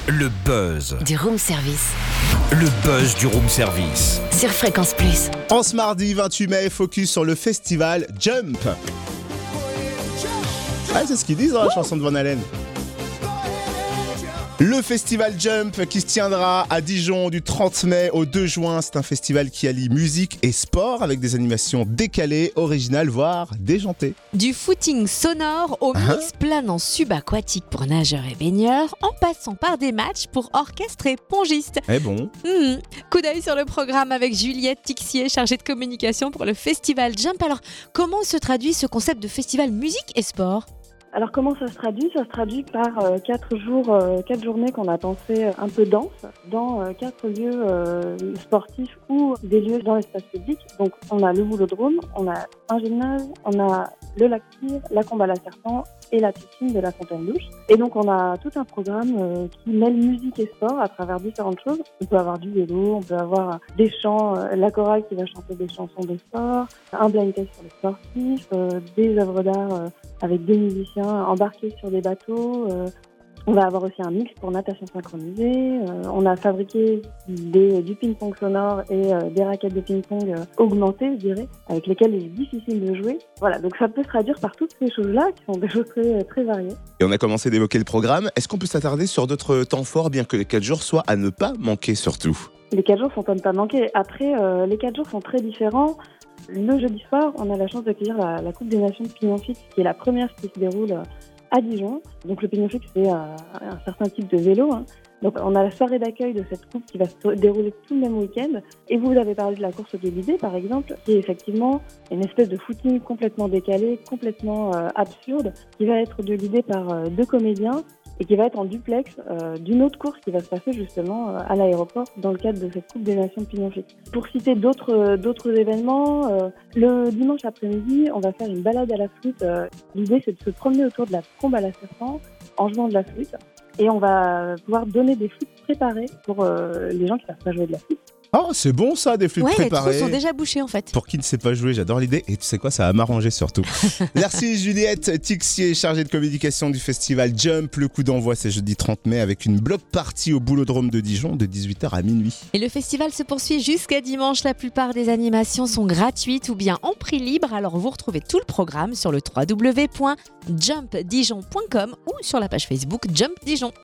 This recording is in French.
Le buzz. Du room service. Le buzz du room service. Sur Fréquence Plus. En ce mardi 28 mai, focus sur le festival Jump. Ah, c'est ce qu'ils disent dans la chanson de Van Halen. Le festival Jump qui se tiendra à Dijon du 30 mai au 2 juin. C'est un festival qui allie musique et sport avec des animations décalées, originales, voire déjantées. Du footing sonore au mix planant subaquatique pour nageurs et baigneurs, en passant par des matchs pour orchestre et pongistes. Eh bon. Coup d'œil sur le programme avec Juliette Tixier, chargée de communication pour le festival Jump. Alors, comment se traduit ce concept de festival musique et sport ? Alors comment ça se traduit ? Ça se traduit par 4 journées qu'on a pensé un peu denses dans 4 lieux sportifs ou des lieux dans l'espace public. Donc on a le Boulodrome, on a un gymnase, on a le lac Tyr, la Combe à la Serpent et la piscine de la Fontaine-Douche. Et donc on a tout un programme qui mêle musique et sport à travers différentes choses. On peut avoir du vélo, on peut avoir des chants, la chorale qui va chanter des chansons de sport, un blind test sur les sportifs, des œuvres d'art avec des musiciens embarqués sur des bateaux. On va avoir aussi un mix pour natation synchronisée. On a fabriqué du ping-pong sonore et des raquettes de ping-pong augmentées, je dirais, avec lesquelles il est difficile de jouer. Voilà, donc ça peut se traduire par toutes ces choses-là, qui sont des choses très, très variées. Et on a commencé d'évoquer le programme. Est-ce qu'on peut s'attarder sur d'autres temps forts, bien que les 4 jours soient à ne pas manquer surtout ? Les 4 jours sont à ne pas manquer. Après, les 4 jours sont très différents. Le jeudi soir, on a la chance d'accueillir la Coupe des Nations de Pignon Fixe, qui est la première qui se déroule à Dijon. Donc le Pignon Fixe, c'est un certain type de vélo. Donc on a la soirée d'accueil de cette coupe qui va se dérouler tout le même week-end. Et vous avez parlé de la course de l'idée, par exemple, qui est effectivement une espèce de footing complètement décalé, complètement absurde, qui va être de l'idée par 2 comédiens et qui va être en duplex d'une autre course qui va se passer justement à l'aéroport dans le cadre de cette Coupe des Nations de Pignon Fixe. Pour citer d'autres événements, le dimanche après-midi, on va faire une balade à la flûte. L'idée, c'est de se promener autour de la Combe à la Serpent en jouant de la flûte. Et on va pouvoir donner des flûtes préparées pour les gens qui ne savent pas jouer de la flûte. Oh, c'est bon ça, des flûtes préparées. Les trous sont déjà bouchés en fait. Pour qui ne sait pas jouer, j'adore l'idée. Et tu sais quoi, ça va m'arranger surtout. Merci Juliette Tixier, chargée de communication du festival Jump. Le coup d'envoi, c'est jeudi 30 mai avec une block party au Boulodrome de Dijon de 18h à minuit. Et le festival se poursuit jusqu'à dimanche. La plupart des animations sont gratuites ou bien en prix libre. Alors vous retrouvez tout le programme sur le www.jumpdijon.com ou sur la page Facebook Jump Dijon.